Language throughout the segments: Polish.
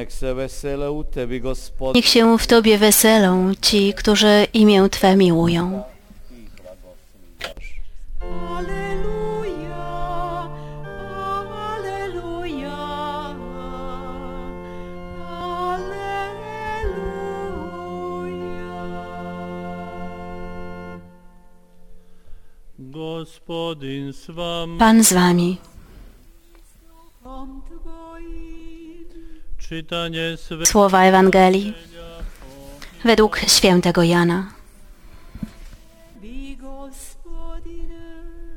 Niech się w Tobie weselą ci, którzy imię Twe miłują. Alleluja, alleluja, alleluja. Gospodin z wami. Pan z Wami. Duchom Twoim. Czytanie Słowa Ewangelii według świętego Jana. Wie Gospodine.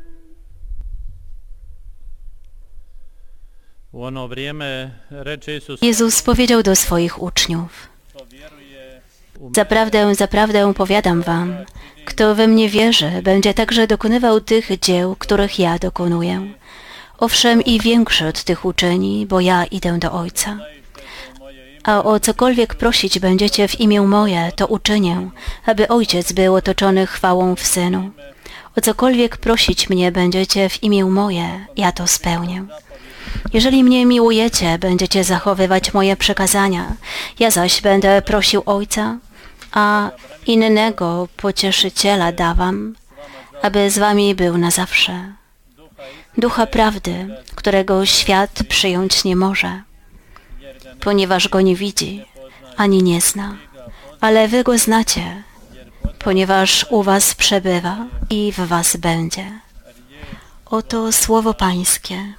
U ono vrijeme reče Isus: Jezus powiedział do swoich uczniów: "Kto vjeruje Zaprawdę, zaprawdę powiadam wam, kto we mnie wierzy, będzie także dokonywał tych dzieł, których ja dokonuję. Owszem, i większy od tych uczyni, bo ja idę do Ojca. A o cokolwiek prosić będziecie w imię moje, to uczynię, aby Ojciec był otoczony chwałą w Synu. O cokolwiek prosić mnie będziecie w imię moje, ja to spełnię. Jeżeli mnie miłujecie, będziecie zachowywać moje przekazania. Ja zaś będę prosił Ojca, a innego pocieszyciela dawam, aby z wami był na zawsze. Ducha prawdy, którego świat przyjąć nie może, ponieważ go nie widzi, ani nie zna. Ale wy go znacie, ponieważ u was przebywa i w was będzie. Oto słowo Pańskie.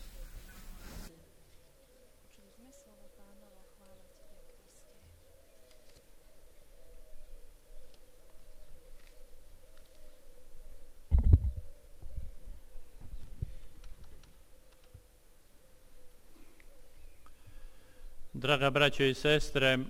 Draga braćo i sestre,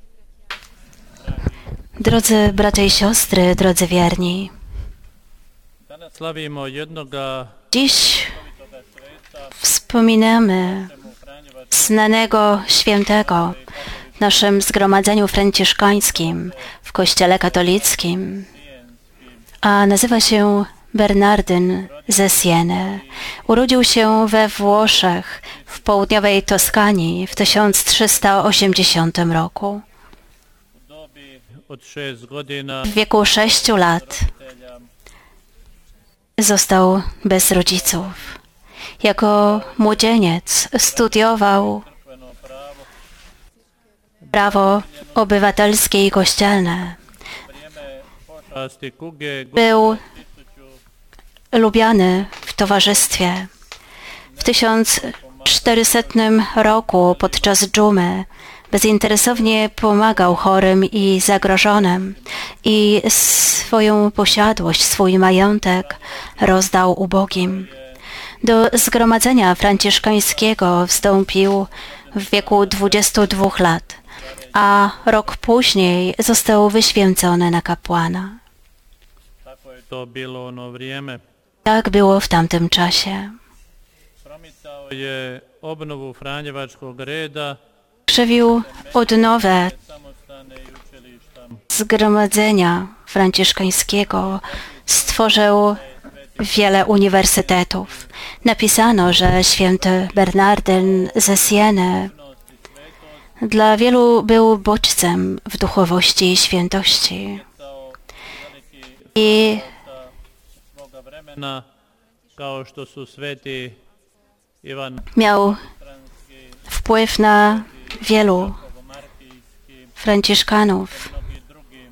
Drodzy bracia i siostry, drodzy wierni, danas slavimo jednoga dziś wspominamy znanego świętego w naszym zgromadzeniu franciszkańskim w Kościele katolickim, a nazywa się Bernardyn ze Sieny. Urodził się we Włoszech, w południowej Toskanii w 1380 roku. od 6 godina W wieku 6 lat został bez rodziców. Jako młodzieniec studiował prawo obywatelskie i kościelne. pošasti kuge Był lubiany w towarzystwie. W 1400 roku podczas dżumy bezinteresownie pomagał chorym i zagrożonym i swoją posiadłość, swój majątek rozdał ubogim. Do zgromadzenia franciszkańskiego wstąpił w wieku 22 lat, a rok później został wyświęcony na kapłana. Tako je to bilo ono vrijeme. Tak było w tamtym czasie. Promicao je obnovu Franjevačkog reda, Krzewił odnowę samostane i učilišta. zgromadzenia franciszkańskiego, stworzył wiele uniwersytetów. Napisano, że święty Bernardyn ze Sieny dla wielu był bodźcem w duchowości i świętości. I Svoga vremena, kao što su sveti Ivan miał Franski, wpływ na wielu Markijski, franciszkanów, mnogi drugi.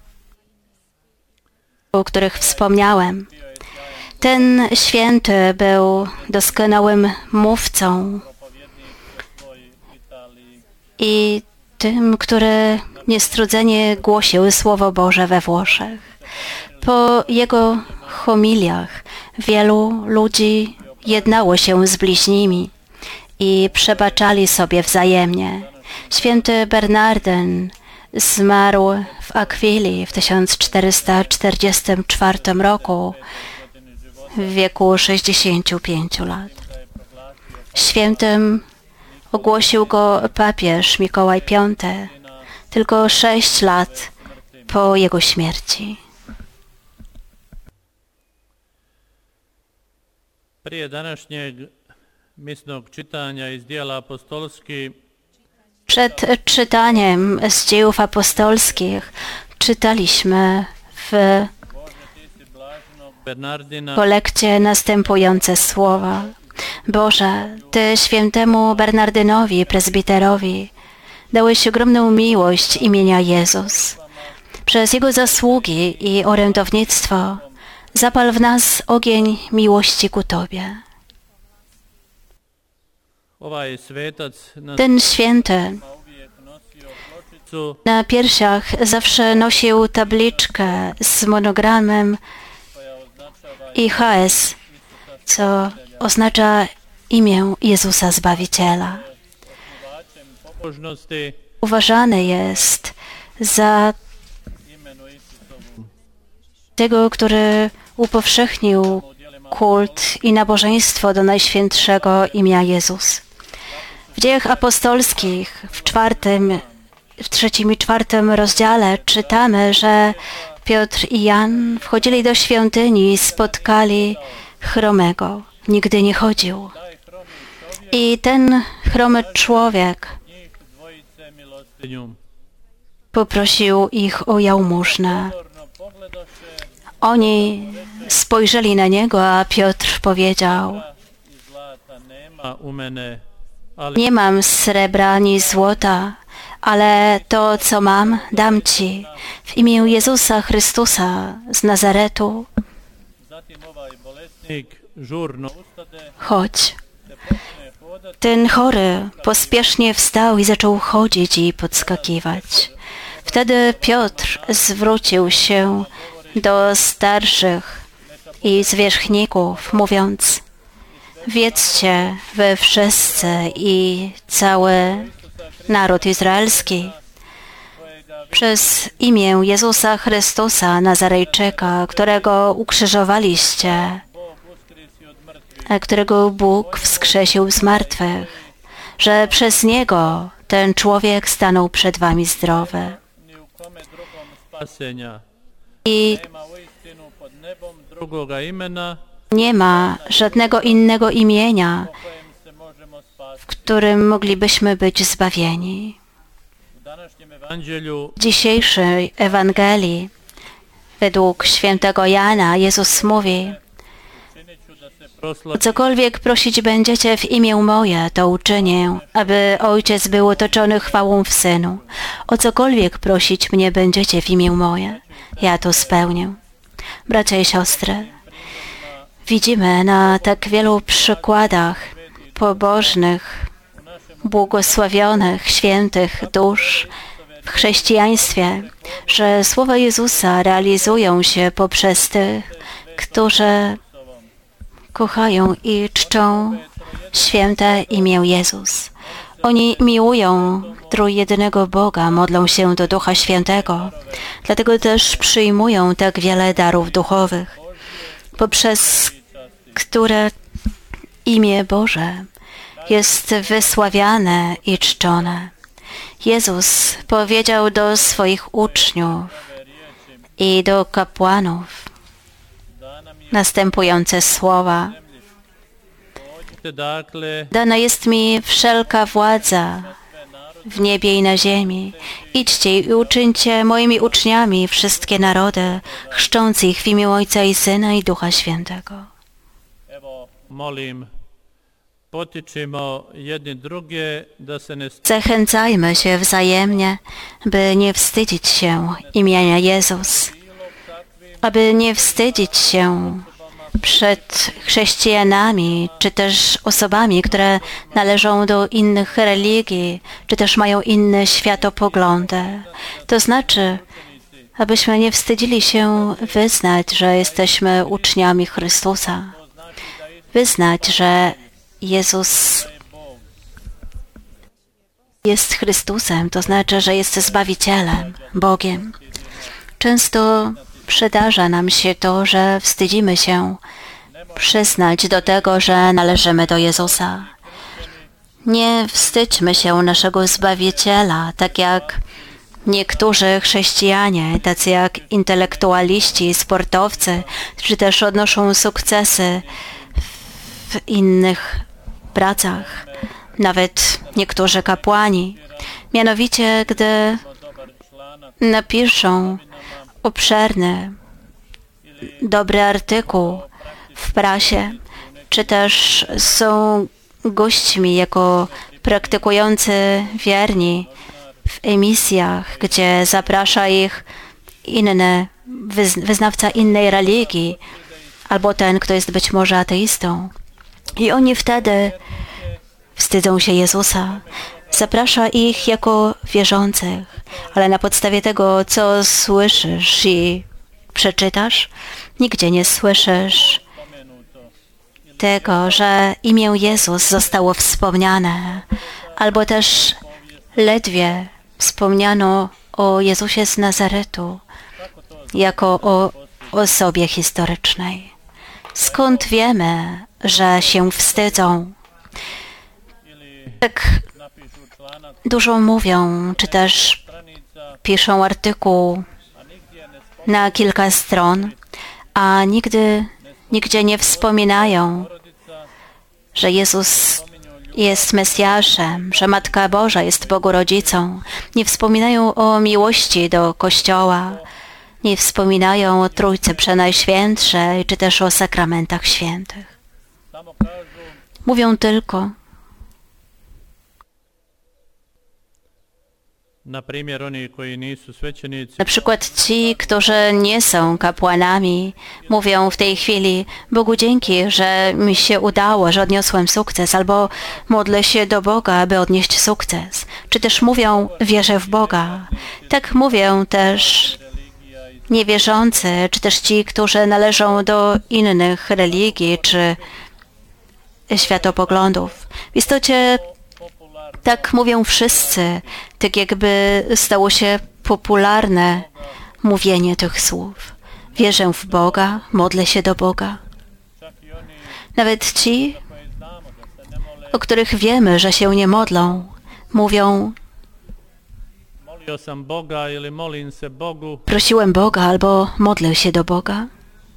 o których wspomniałem. Ten święty był doskonałym mówcą Propovjednik svoj Italiji. i tym, który niestrudzenie głosił Słowo Boże we Włoszech. Po jego homiliach wielu ludzi jednało się z bliźnimi i przebaczali sobie wzajemnie. Święty Bernardyn zmarł w Akwilii w 1444 roku w wieku 65 lat. Świętym ogłosił go papież Mikołaj V tylko 6 lat po jego śmierci. Prije današnjeg misnog čitanja iz dijela apostolski Przed czytaniem z dziejów apostolskich czytaliśmy w Bernardina, kolekcie następujące słowa. Boże, Ty świętemu Bernardynowi, prezbiterowi, dałeś ogromną miłość imienia Jezus. Przez Jego zasługi i orędownictwo zapal w nas ogień miłości ku Tobie. ovaj svetac na Ten święty uvijek nosio pločicu na piersiach zawsze nosił tabliczkę z monogramem koja označava IHS, co oznacza imię Jezusa Zbawiciela. osnivačem pobožnosti Uważany jest za imenu Isusovu. tego, który upowszechnił kult i nabożeństwo do Najświętszego imienia Jezus. W Dziejach Apostolskich w 3. i 4. rozdziale czytamy, że Piotr i Jan wchodzili do świątyni i spotkali chromego. Nigdy nie chodził. I ten chromy człowiek Njih dvojice milostinju. poprosił ich o jałmużnę. Pozorno pogledoše Oni spojrzeli na niego, a Piotr powiedział: i zlata nema u mene, ali nie mam srebra ani złota, ale to, co mam, dam Ci. W imię Jezusa Chrystusa z Nazaretu, zatim ovaj bolesnik žurno ustade chodź. te počne hodati Ten chory pospiesznie wstał i zaczął chodzić i podskakiwać. Wtedy Piotr zwrócił się do starszych i zwierzchników, mówiąc: wiedzcie wy wszyscy i cały naród izraelski, przez imię Jezusa Chrystusa Nazarejczyka, którego ukrzyżowaliście, Bog uskrisi od mrtvih, a którego Bóg wskrzesił z martwych, że przez Niego ten człowiek stanął przed wami zdrowy. ni u kome drugom spasenja. I Nema uistinu pod nebom drugoga imena nie ma żadnego innego imienia, po kojem se možemo spasiti. w którym moglibyśmy być zbawieni. U današnjem evanđelju W dzisiejszej Ewangelii według świętego Jana Jezus mówi: činit ću da se proslavi cokolwiek prosić będziecie w imię moje, to uczynię, aby Ojciec był otoczony chwałą w Synu. O cokolwiek prosić mnie będziecie w imię moje, ja to spełnię. Bracia i siostry, widzimy na tak wielu przykładach pobożnych, błogosławionych, świętych dusz w chrześcijaństwie, że słowa Jezusa realizują się poprzez tych, którzy kochają i czczą święte imię Jezus. Oni miłują trójjedynego Boga, modlą się do Ducha Świętego, dlatego też przyjmują tak wiele darów duchowych, poprzez które imię Boże jest wysławiane i czczone. Jezus powiedział do swoich uczniów i do kapłanów następujące słowa: Pođite dakle dana jest mi wszelka władza w niebie i na ziemi. Idźcie i uczyńcie moimi uczniami wszystkie narody, chrzcząc ich w imię Ojca i Syna i Ducha Świętego. evo molim potičimo jedni druge da se ne Zachęcajmy się wzajemnie, by nie wstydzić się imienia Jezus, aby nie wstydzić się przed chrześcijanami, czy też osobami, które należą do innych religii, czy też mają inne światopoglądy. To znaczy, abyśmy nie wstydzili się wyznać, że jesteśmy uczniami Chrystusa. Wyznać, że Jezus jest Chrystusem, to znaczy, że jest Zbawicielem, Bogiem. Często przydarza nam się to, że wstydzimy się przyznać do tego, że należymy do Jezusa. Nie wstydźmy się naszego Zbawiciela, tak jak niektórzy chrześcijanie, tacy jak intelektualiści, sportowcy, czy też odnoszą sukcesy w innych pracach. nawet niektórzy kapłani. Mianowicie, gdy napiszą obszerny, dobry artykuł w prasie, czy też są gośćmi jako praktykujący wierni w emisjach, gdzie zaprasza ich inny wyznawca innej religii, albo ten, kto jest być może ateistą. I oni wtedy wstydzą się Jezusa. Zaprasza ich jako wierzących, ale na podstawie tego, co słyszysz i przeczytasz, nigdzie nie słyszysz tego, że imię Jezus zostało wspomniane, albo też ledwie wspomniano o Jezusie z Nazaretu jako o osobie historycznej. Skąd wiemy, że się wstydzą? Tak dużo mówią, czy też piszą artykuł na kilka stron, a nigdzie nie wspominają, że Jezus jest Mesjaszem, że Matka Boża jest Bogu Rodzicą. Nie wspominają o miłości do Kościoła, nie wspominają o Trójcy Przenajświętszej, czy też o sakramentach świętych. Mówią tylko, na przykład ci, którzy nie są kapłanami, mówią w tej chwili: Bogu dzięki, że mi się udało, że odniosłem sukces, albo modlę się do Boga, aby odnieść sukces. Czy też mówią: wierzę w Boga. Tak mówią też niewierzący, czy też ci, którzy należą do innych religii, czy światopoglądów. W istocie tak mówią wszyscy, tak jakby stało się popularne mówienie tych słów. Wierzę w Boga, modlę się do Boga. Nawet ci, o których wiemy, że się nie modlą, mówią: prosiłem Boga albo modlę się do Boga,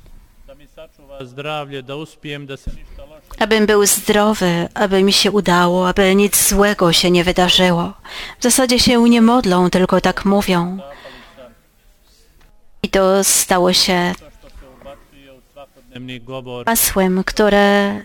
abym był zdrowy, aby mi się udało, aby nic złego się nie wydarzyło. W zasadzie się nie modlą, tylko tak mówią. I to stało się hasłem, które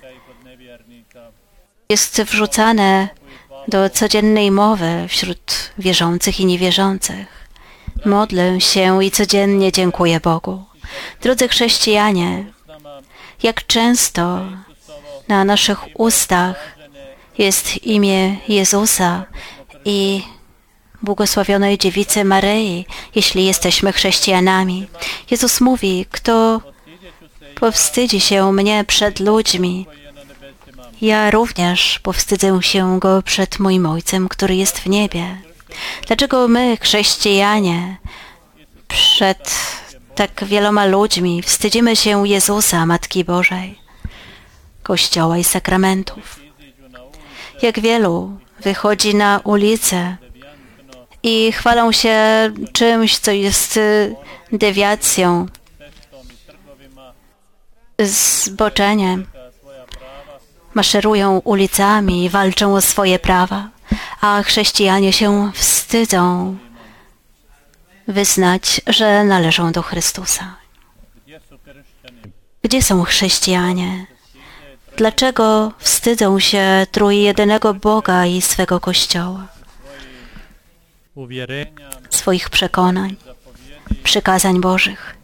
jest wrzucane do codziennej mowy wśród wierzących i niewierzących. Modlę się i codziennie dziękuję Bogu. Drodzy chrześcijanie, jak często na naszych ustach jest imię Jezusa i błogosławionej Dziewicy Maryi, jeśli jesteśmy chrześcijanami. Jezus mówi: kto powstydzi się mnie przed ludźmi, ja również powstydzę się Go przed moim Ojcem, który jest w niebie. Dlaczego my, chrześcijanie, przed tak wieloma ludźmi wstydzimy się Jezusa, Matki Bożej, Kościoła i sakramentów? Jak wielu wychodzi na ulicę i chwalą się czymś, co jest dewiacją, zboczeniem. Maszerują ulicami i walczą o swoje prawa, a chrześcijanie się wstydzą wyznać, że należą do Chrystusa. Gdzie są chrześcijanie? Dlaczego wstydzą się trójjedynego Boga i swego Kościoła, swoich przekonań, przykazań Bożych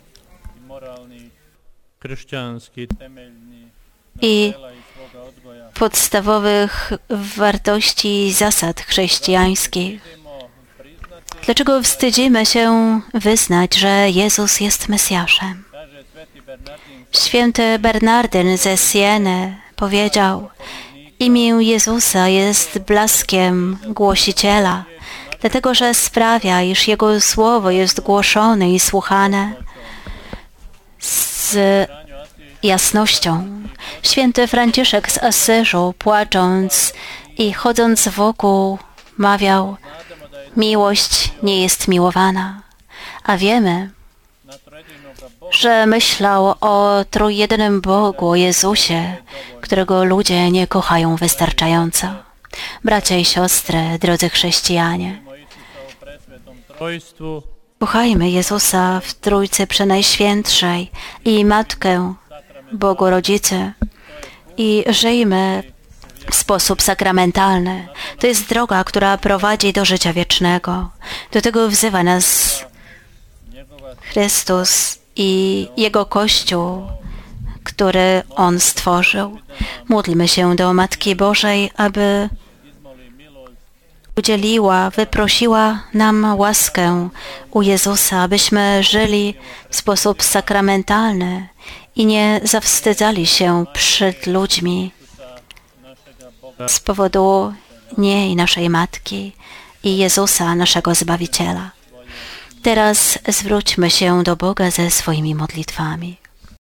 i podstawowych wartości i zasad chrześcijańskich? Dlaczego wstydzimy się wyznać, że Jezus jest Mesjaszem? Święty Bernardyn ze Sieny powiedział: imię Jezusa jest blaskiem głosiciela, dlatego że sprawia, iż Jego słowo jest głoszone i słuchane z jasnością. Święty Franciszek z Asyżu, płacząc i chodząc wokół, mawiał: miłość nie jest miłowana. A wiemy, że myślał o trójjedynym Bogu, o Jezusie, którego ludzie nie kochają wystarczająco. Bracia i siostry, drodzy chrześcijanie, Moići se o presvetom trojstvu, kochajmy Jezusa w Trójcy Przenajświętszej i Matkę Bogu Rodzicę i żyjmy w sposób sakramentalny. To jest droga, która prowadzi do życia wiecznego. Do tego wzywa nas njegova Chrystus i Jego Kościół, który On stworzył. Módlmy się do Matki Bożej, aby izmoli milost udzieliła, wyprosiła nam łaskę u Jezusa, abyśmy żyli w sposób sakramentalny i nie zawstydzali się przed ludźmi našega Boga z powodu niej, naszej Matki i Jezusa, naszego Zbawiciela. Teraz zwróćmy się do Boga ze swoimi modlitwami.